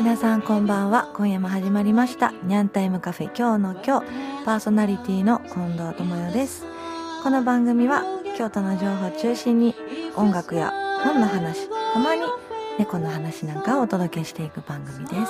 皆さんこんばんは。今夜も始まりましたニャンタイムカフェ今日の今日、パーソナリティの近藤智代です。この番組は京都の情報を中心に音楽や本の話、たまに猫の話なんかをお届けしていく番組です。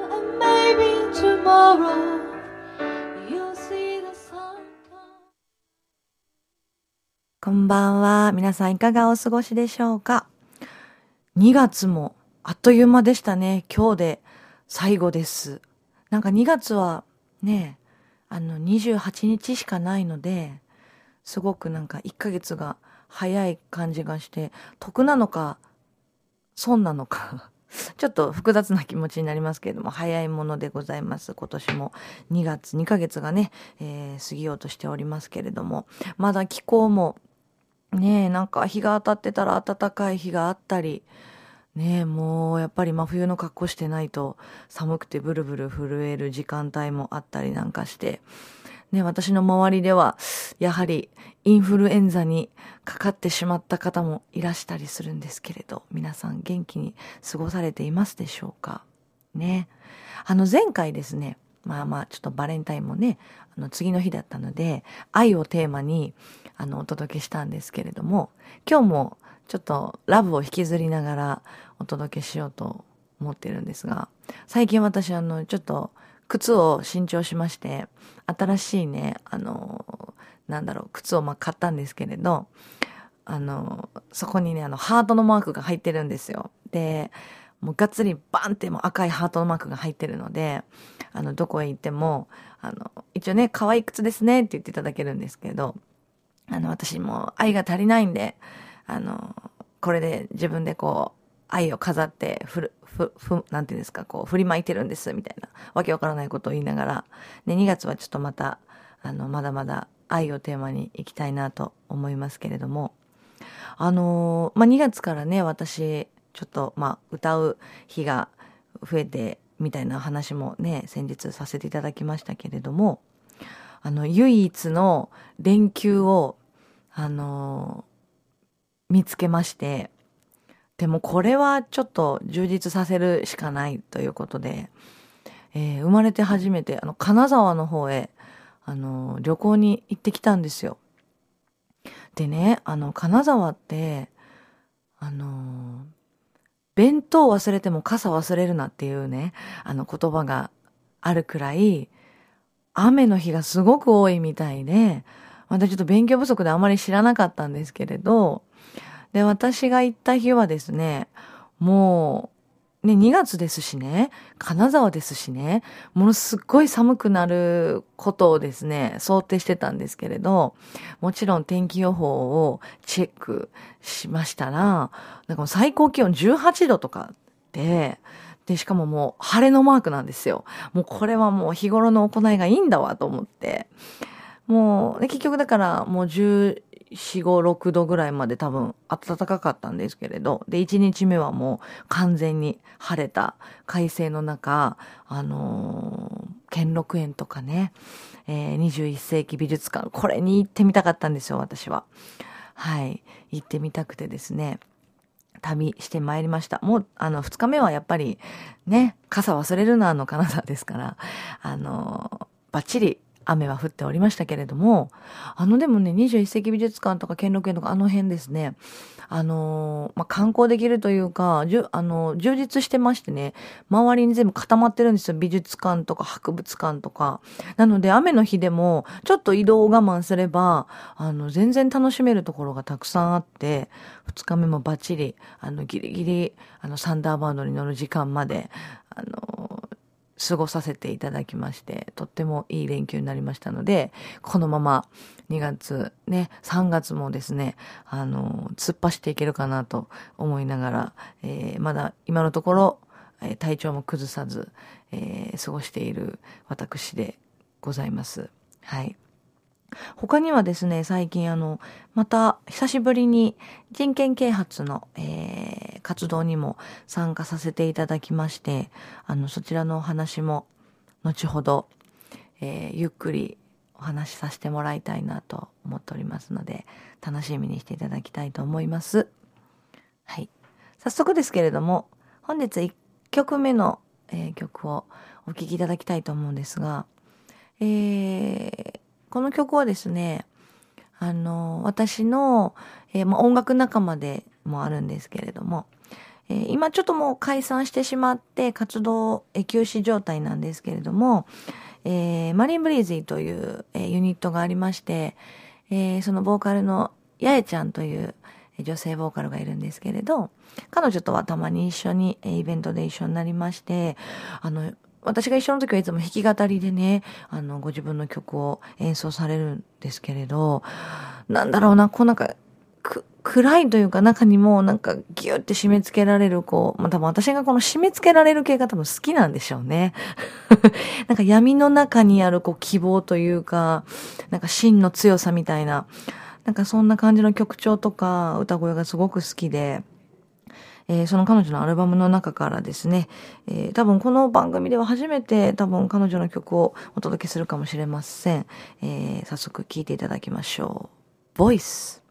こんばんは。皆さんいかがお過ごしでしょうか。2月もあっという間でしたね。今日で最後です。なんか2月はね、28日しかないので、すごくなんか1ヶ月が早い感じがして、得なのか損なのかちょっと複雑な気持ちになりますけれども、早いものでございます。今年も2月2ヶ月がね、過ぎようとしておりますけれども、まだ気候もね、なんか日が当たってたら暖かい日があったりね、もうやっぱり真冬の格好してないと寒くてブルブル震える時間帯もあったりなんかしてね、私の周りではやはりインフルエンザにかかってしまった方もいらしたりするんですけれど、皆さん元気に過ごされていますでしょうかね。前回ですね、ちょっとバレンタインもね、次の日だったので愛をテーマにお届けしたんですけれども、今日もちょっとラブを引きずりながらお届けしようと思ってるんですが、最近私ちょっと靴を新調しまして、新しいね、靴を買ったんですけれど、そこにね、ハートのマークが入ってるんですよ。で、もうがっつりバンってもう赤いハートのマークが入ってるので、どこへ行っても、一応ね、可愛い靴ですねって言っていただけるんですけど、私も愛が足りないんで、これで自分でこう、愛を飾ってなんていうんですか、こう、振りまいてるんです、みたいな、わけわからないことを言いながら、で、2月はちょっとまた、まだまだ愛をテーマに行きたいなと思いますけれども、2月からね、私、ちょっと、歌う日が増えて、みたいな話もね、先日させていただきましたけれども、唯一の連休を、見つけまして、でもこれはちょっと充実させるしかないということで、生まれて初めて金沢の方へ旅行に行ってきたんですよ。でね、金沢って弁当忘れても傘忘れるなっていうね、言葉があるくらい雨の日がすごく多いみたいで、私ちょっと勉強不足であまり知らなかったんですけれど、で、私が行った日はですね、もう、ね、2月ですしね、金沢ですしね、ものすっごい寒くなることをですね、想定してたんですけれど、もちろん天気予報をチェックしましたら、なんかもう最高気温18度とかで、しかももう晴れのマークなんですよ。もうこれはもう日頃の行いがいいんだわと思って。もう、結局だからもう14、5、6度ぐらいまで多分暖かかったんですけれど、で、1日目はもう完全に晴れた快晴の中、兼六園とかね、21世紀美術館、これに行ってみたかったんですよ、私は。はい。行ってみたくてですね、旅してまいりました。もう、2日目はやっぱり、ね、傘忘れるなの金沢ですから、バッチリ雨は降っておりましたけれども、でもね、21世紀美術館とか兼六園とかあの辺ですね、観光できるというか、充実してましてね、周りに全部固まってるんですよ。美術館とか博物館とか。なので、雨の日でも、ちょっと移動を我慢すれば、全然楽しめるところがたくさんあって、2日目もバッチリ、ギリギリ、サンダーバードに乗る時間まで、過ごさせていただきまして、とってもいい連休になりましたので、このまま2月ね、3月もですね、突っ走っていけるかなと思いながら、まだ今のところ、体調も崩さず、過ごしている私でございます。はい。他にはですね、最近また久しぶりに人権啓発の、活動にも参加させていただきまして、そちらのお話も後ほど、ゆっくりお話しさせてもらいたいなと思っておりますので、楽しみにしていただきたいと思います。はい。早速ですけれども、本日1曲目の、 曲をお聴きいただきたいと思うんですが、この曲はですね、私の、音楽仲間でもあるんですけれども、今ちょっともう解散してしまって活動、休止状態なんですけれども、マリンブリーズィという、ユニットがありまして、そのボーカルのやえちゃんという女性ボーカルがいるんですけれど、彼女とはたまに一緒にイベントで一緒になりまして、私が一緒の時はいつも弾き語りでね、ご自分の曲を演奏されるんですけれど、なんだろうな、こうなんか、暗いというか中にもなんかギュって締め付けられる多分私がこの締め付けられる系が多分好きなんでしょうね。なんか闇の中にある希望というか、なんか芯の強さみたいな、なんかそんな感じの曲調とか歌声がすごく好きで、その彼女のアルバムの中からですね、多分この番組では初めて多分彼女の曲をお届けするかもしれません。早速聴いていただきましょう。ボイス。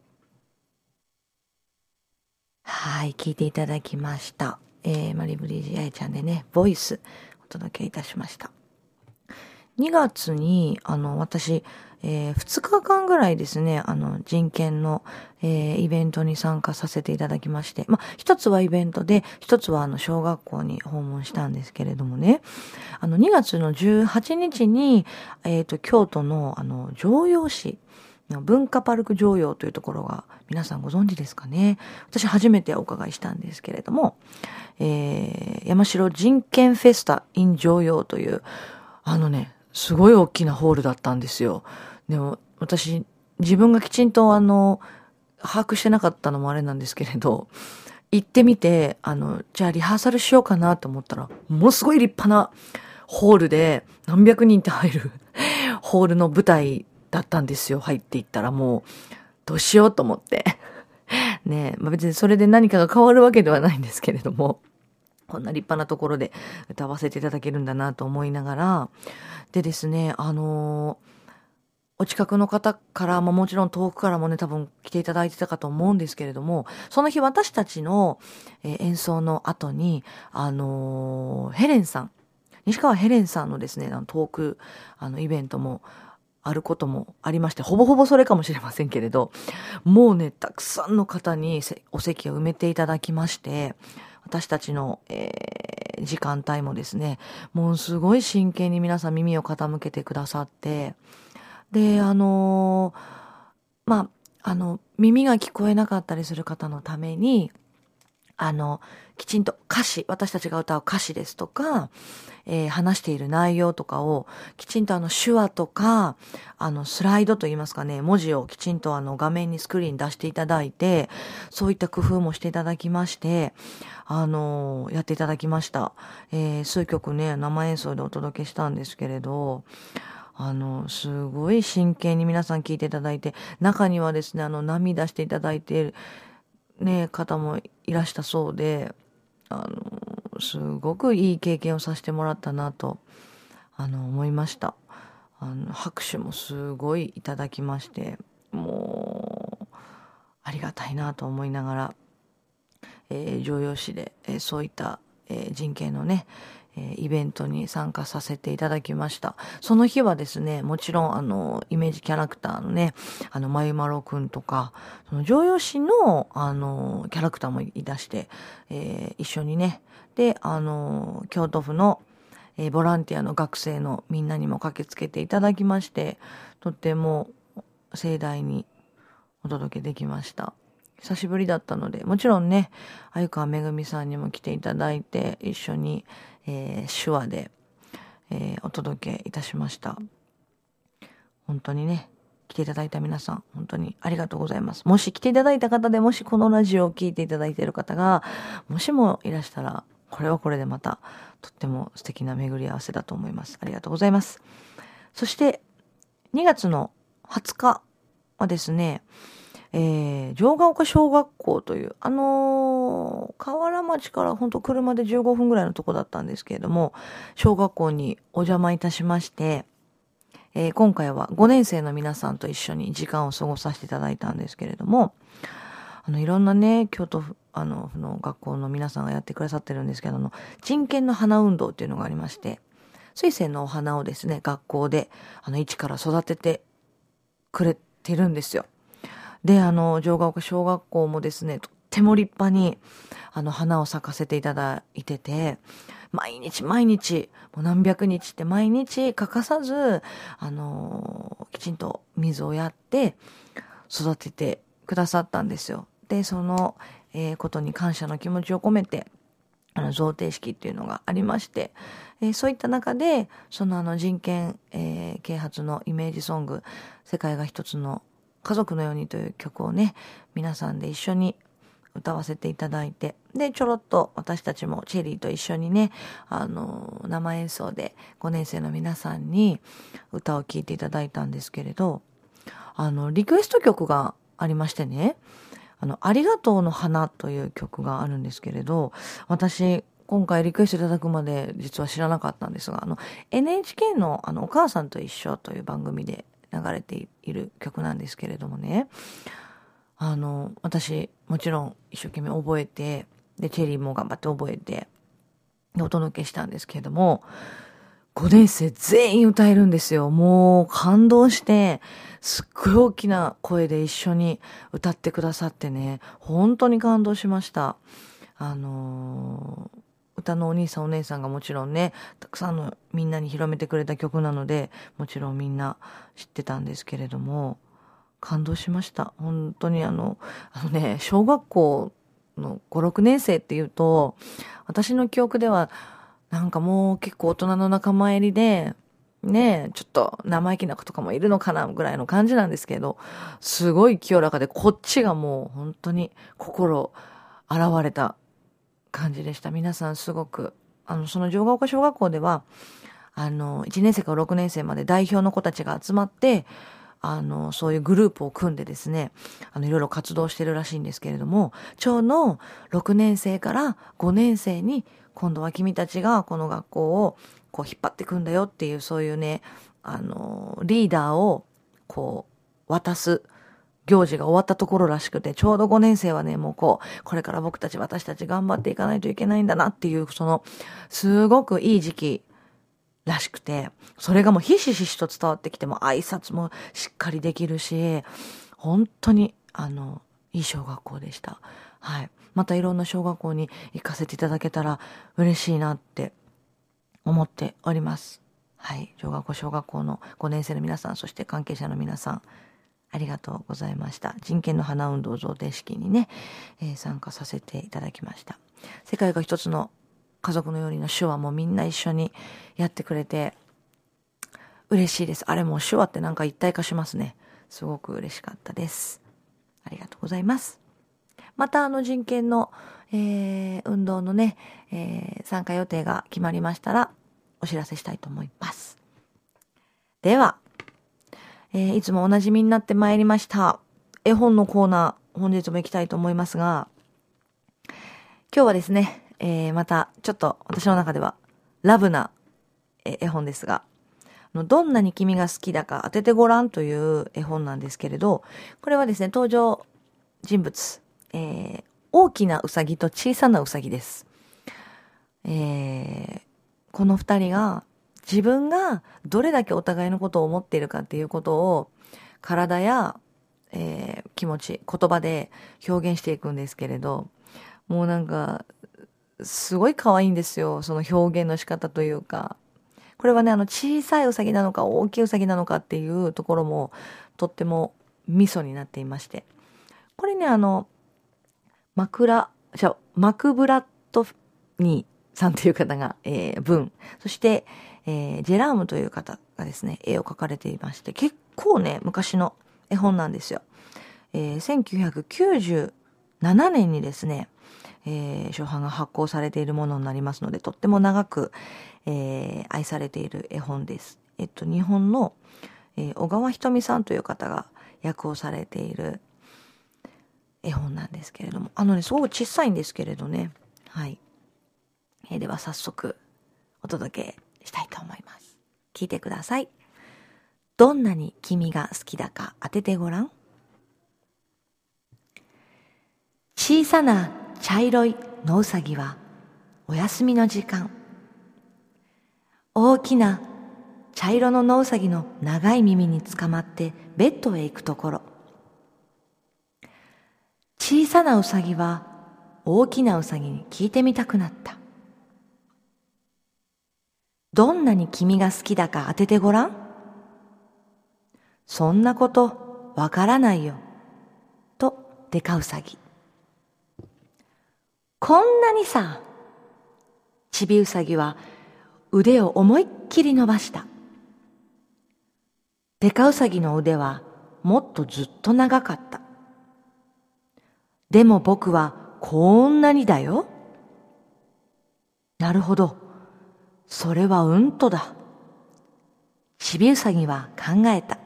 はい、聴いていただきました。マリブリージあやちゃんでね、ボイスお届けいたしました。2月に、私、2日間ぐらいですね、人権の、イベントに参加させていただきまして、一つはイベントで、一つは小学校に訪問したんですけれどもね、2月の18日に、京都の、城陽市、文化パルク城陽というところが皆さんご存知ですかね。私初めてお伺いしたんですけれども、山城人権フェスタ in 城陽という、すごい大きなホールだったんですよ。でも私自分がきちんと把握してなかったのもあれなんですけれど、行ってみてじゃあリハーサルしようかなと思ったら、ものすごい立派なホールで何百人って入るホールの舞台だったんですよ。入っていったらもうどうしようと思ってねえ、別にそれで何かが変わるわけではないんですけれども、こんな立派なところで歌わせていただけるんだなと思いながら、でですね、お近くの方からももちろん遠くからもね、多分来ていただいてたかと思うんですけれども、その日私たちの、演奏の後に、ヘレンさん、西川ヘレンさんのですね、トーク、イベントもあることもありまして、ほぼほぼそれかもしれませんけれど、もうね、たくさんの方にお席を埋めていただきまして、私たちの、時間帯もですね、もうすごい真剣に皆さん耳を傾けてくださって、で、耳が聞こえなかったりする方のために、きちんと歌詞、私たちが歌う歌詞ですとか、話している内容とかを、きちんと手話とか、スライドといいますかね、文字をきちんと画面にスクリーン出していただいて、そういった工夫もしていただきまして、やっていただきました。数曲ね、生演奏でお届けしたんですけれど、すごい真剣に皆さん聞いていただいて、中にはですね、涙していただいている、ね、方もいらしたそうで、すごくいい経験をさせてもらったなと、思いました。拍手もすごいいただきまして、もう、ありがたいなと思いながら、城陽市で、そういった、人権のね、イベントに参加させていただきました。その日はですね、もちろんイメージキャラクターのね、まゆまろくんとか、その城陽市のキャラクターもい出して、一緒にね、で、京都府の、ボランティアの学生のみんなにも駆けつけていただきまして、とっても盛大にお届けできました。久しぶりだったので、もちろんね、鮎川めぐみさんにも来ていただいて、一緒に、手話で、お届けいたしました。本当にね、来ていただいた皆さん、本当にありがとうございます。もし来ていただいた方で、もしこのラジオを聞いていただいている方が、もしもいらしたら、これはこれでまた、とっても素敵な巡り合わせだと思います。ありがとうございます。そして、2月の20日はですね、城ヶ丘小学校という、河原町から本当車で15分ぐらいのとこだったんですけれども、小学校にお邪魔いたしまして、今回は5年生の皆さんと一緒に時間を過ごさせていただいたんですけれども、いろんなね、京都府その学校の皆さんがやってくださってるんですけど、人権の花運動っていうのがありまして、水仙のお花をですね、学校で、一から育ててくれてるんですよ。で、城ヶ丘小学校もですね、とっても立派に、花を咲かせていただいてて、毎日毎日、もう何百日って毎日欠かさず、きちんと水をやって育ててくださったんですよ。で、その、ことに感謝の気持ちを込めて、贈呈式っていうのがありまして、そういった中で、その人権、啓発のイメージソング、世界が一つの家族のようにという曲をね、皆さんで一緒に歌わせていただいて、で、ちょろっと私たちもチェリーと一緒にね、生演奏で5年生の皆さんに歌を聴いていただいたんですけれど、リクエスト曲がありましてね、ありがとうの花という曲があるんですけれど、私、今回リクエストいただくまで実は知らなかったんですが、NHK のお母さんと一緒という番組で流れている曲なんですけれどもね、私、もちろん一生懸命覚えて、で、チェリーも頑張って覚えて、お届けしたんですけれども、5年生全員歌えるんですよ。もう感動して、すっごい大きな声で一緒に歌ってくださってね、本当に感動しました。歌のお兄さんお姉さんがもちろんね、たくさんのみんなに広めてくれた曲なので、もちろんみんな知ってたんですけれども、感動しました。本当に小学校の5、6年生っていうと、私の記憶では、なんかもう結構大人の仲間入りで、ねえ、ちょっと生意気な子とかもいるのかなぐらいの感じなんですけど、すごい清らかで、こっちがもう本当に心洗われた感じでした。皆さんすごく、その城ヶ丘小学校では、1年生から6年生まで代表の子たちが集まって、そういうグループを組んでですね、いろいろ活動してるらしいんですけれども、ちょうど6年生から5年生に、今度は君たちがこの学校をこう引っ張っていくんだよっていう、そういうね、リーダーをこう渡す行事が終わったところらしくて、ちょうど5年生はね、もうこれから私たち頑張っていかないといけないんだなっていう、すごくいい時期らしくて、それがもうひしひしと伝わってきて、も挨拶もしっかりできるし、本当に、いい小学校でした。はい。またいろんな小学校に行かせていただけたら嬉しいなって思っております。はい。城ヶ丘小学校の5年生の皆さん、そして関係者の皆さん、ありがとうございました。人権の花運動贈呈式にね、参加させていただきました。世界が一つの家族のようにの手話もみんな一緒にやってくれて嬉しいです。あれも手話ってなんか一体化しますね。すごく嬉しかったです。ありがとうございます。また人権の、運動のね、参加予定が決まりましたらお知らせしたいと思います。では、いつもおなじみになってまいりました絵本のコーナー、本日も行きたいと思いますが、今日はですね、またちょっと私の中ではラブな絵本ですが、どんなに君が好きだか当ててごらんという絵本なんですけれど、これはですね、登場人物、大きなウサギと小さなウサギです。この二人が自分がどれだけお互いのことを思っているかっていうことを体や、気持ち、言葉で表現していくんですけれど、もうなんかすごい可愛いんですよ、その表現の仕方というか。これはね、小さいウサギなのか大きいウサギなのかっていうところもとってもミソになっていまして。これね、マクブラットニーさんという方が、文。そして、ジェラームという方がですね、絵を描かれていまして、結構ね、昔の絵本なんですよ。1997年にですね、初版が発行されているものになりますので、とっても長く、愛されている絵本です。日本の、小川ひとみさんという方が訳をされている絵本なんですけれども、すごく小さいんですけれどね。はい。では早速お届けしたいと思います。聞いてください。どんなに君が好きだか当ててごらん。小さな茶色い野うさぎはお休みの時間、大きな茶色の野うさぎの長い耳につかまってベッドへ行くところ、小さなうさぎは大きなうさぎに聞いてみたくなった。どんなに君が好きだか当ててごらん。そんなことわからないよ。とデカウサギ。こんなにさ。チビウサギは腕を思いっきり伸ばした。デカウサギの腕はもっとずっと長かった。でも僕はこんなにだよ。なるほど。それはうんとだ。チビウサギは考えた。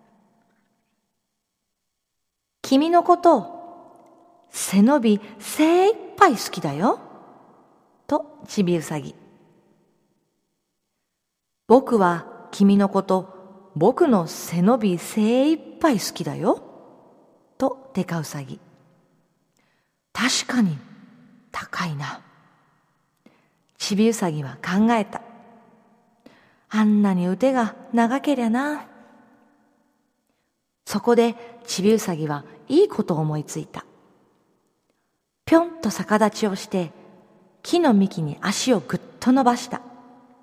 君のこと、背伸び精一杯好きだよ。とチビウサギ。僕は君のこと、僕の背伸び精一杯好きだよ。とデカウサギ。確かに高いな。チビウサギは考えた。あんなに腕が長けりゃな。そこでチビウサギはいいことを思いついた。ぴょんと逆立ちをして木の幹に足をぐっと伸ばした。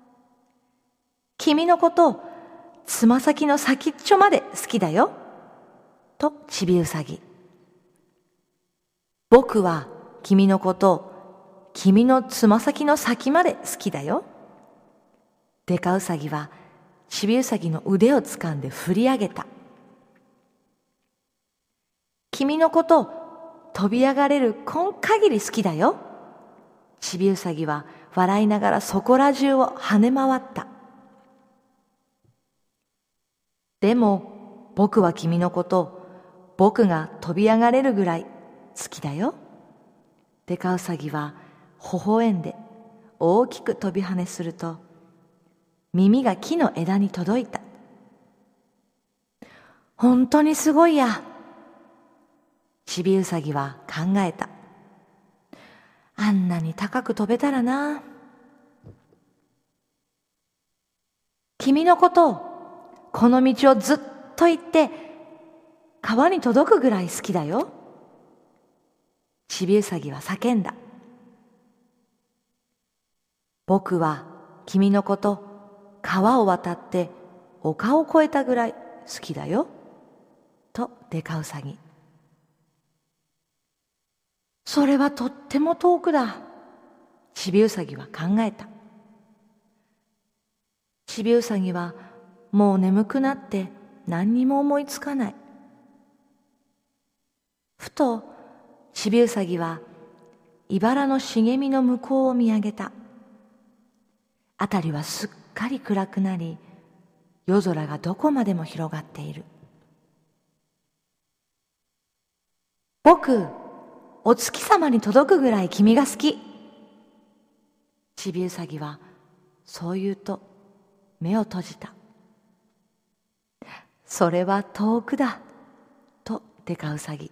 君のこと、つま先の先っちょまで好きだよ。とチビウサギ。僕は君のこと、君のつま先の先まで好きだよ。デカウサギはチビウサギの腕をつかんで振り上げた。君のこと、飛び上がれるこん限り好きだよ。チビウサギは笑いながらそこら中を跳ね回った。でも僕は君のこと、僕が飛び上がれるぐらい好きだよ。デカウサギは微笑んで大きく飛び跳ねすると、耳が木の枝に届いた。本当にすごいや。チビウサギは考えた。あんなに高く飛べたらな。君のことを、この道をずっと行って川に届くぐらい好きだよ。チビウサギは叫んだ。僕は君のこと、川を渡って丘を越えたぐらい好きだよ。とデカウサギ。それはとっても遠くだ。チビウサギは考えた。チビウサギはもう眠くなって何にも思いつかない。ふとチビウサギは茨の茂みの向こうを見上げた。あたりはすっかり暗くなり、夜空がどこまでも広がっている。僕、お月様に届くぐらい君が好き。チビウサギはそう言うと目を閉じた。それは遠くだ。とデカウサギ。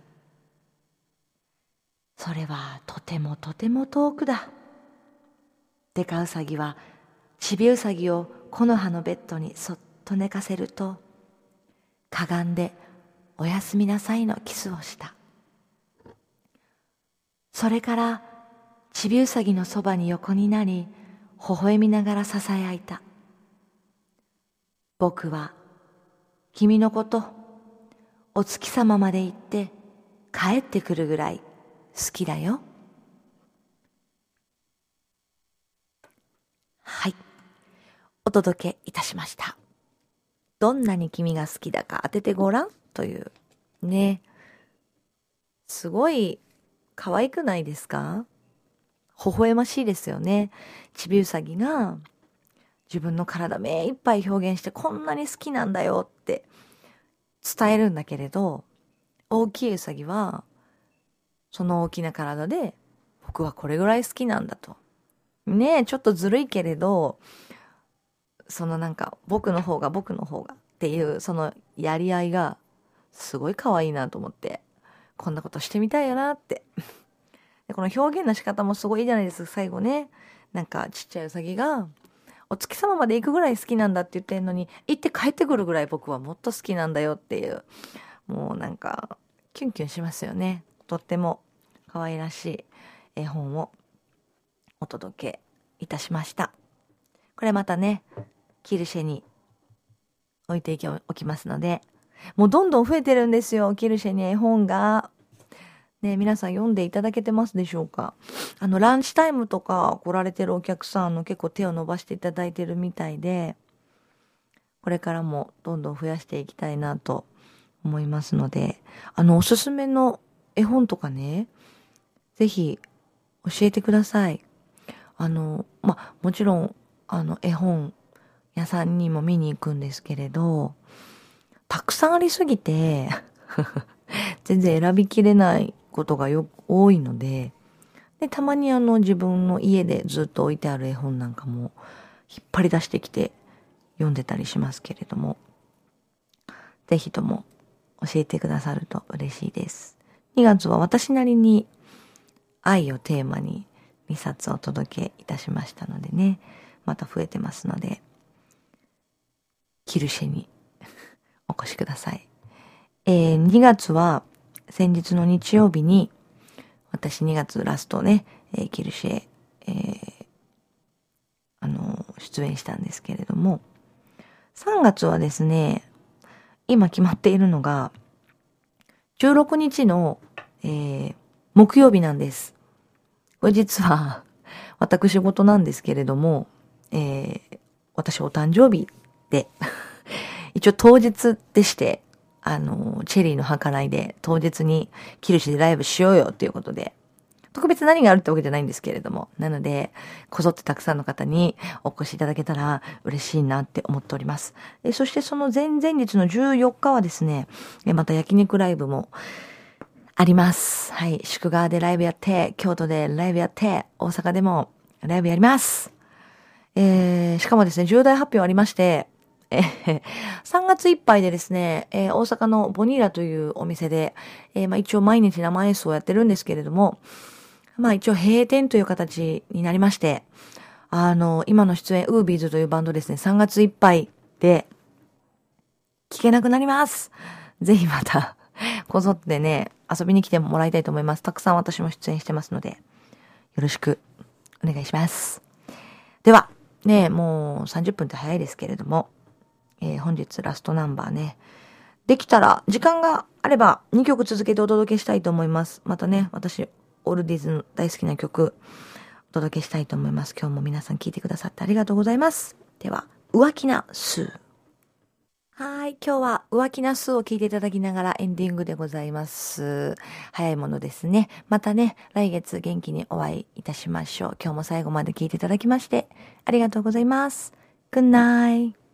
それはとてもとても遠くだ。デカウサギはチビウサギを木の葉のベッドにそっと寝かせると、かがんでおやすみなさいのキスをした。それからチビウサギのそばに横になり、微笑みながらささやいた。僕は君のこと、お月様まで行って帰ってくるぐらい好きだよ。はい、お届けいたしました。どんなに君が好きだか当ててごらんというね、すごい可愛くないですか？微笑ましいですよね。チビウサギが自分の体目いっぱい表現して、こんなに好きなんだよって伝えるんだけれど、大きいウサギはその大きな体で僕はこれぐらい好きなんだと。ねえ、ちょっとずるいけれど、そのなんか僕の方がっていうそのやり合いがすごい可愛いなと思って、こんなことしてみたいよなってで、この表現の仕方もすごいいいじゃないですか、最後ね。なんかちっちゃいウサギが、お月様まで行くぐらい好きなんだって言ってんのに、行って帰ってくるぐらい僕はもっと好きなんだよっていう、もうなんか、キュンキュンしますよね。とっても可愛らしい絵本をお届けいたしました。これまたね、キルシェに置いておきますので、もうどんどん増えてるんですよ、キルシェに絵本が。ね、皆さん読んでいただけてますでしょうか。ランチタイムとか来られてるお客さん結構手を伸ばしていただいてるみたいで、これからもどんどん増やしていきたいなと思いますので、おすすめの絵本とかね、ぜひ教えてください。もちろん、絵本屋さんにも見に行くんですけれど、たくさんありすぎて、全然選びきれないことが多いので、たまに自分の家でずっと置いてある絵本なんかも引っ張り出してきて読んでたりしますけれども、ぜひとも教えてくださると嬉しいです。2月は私なりに愛をテーマに2冊お届けいたしましたのでね、また増えてますので、キルシェにお越しください。2月は先日の日曜日に、私2月ラストね、キルシェ、出演したんですけれども、3月はですね、今決まっているのが、16日の、木曜日なんです。これ実は、私事なんですけれども、私お誕生日で、一応当日でして、チェリーの計らいで当日にキルシでライブしようよっていうことで、特別何があるってわけじゃないんですけれども、なので、こぞってたくさんの方にお越しいただけたら嬉しいなって思っております。そしてその前々日の14日はですね、また焼肉ライブもあります。はい。宿川でライブやって、京都でライブやって、大阪でもライブやります。しかもですね、重大発表ありまして、3月いっぱいでですね、大阪のボニーラというお店で、一応毎日生演奏をやってるんですけれども、一応閉店という形になりまして、今の出演、ウービーズというバンドですね、3月いっぱいで、聴けなくなります。ぜひまた、こぞってね、遊びに来てもらいたいと思います。たくさん私も出演してますので、よろしくお願いします。では、ね、もう30分って早いですけれども、本日ラストナンバーね。できたら、時間があれば2曲続けてお届けしたいと思います。またね、私、オールディーズの大好きな曲、お届けしたいと思います。今日も皆さん聞いてくださってありがとうございます。では、浮気なスー。はい。今日は浮気なスーを聞いていただきながらエンディングでございます。早いものですね。またね、来月元気にお会いいたしましょう。今日も最後まで聞いていただきまして、ありがとうございます。Good night.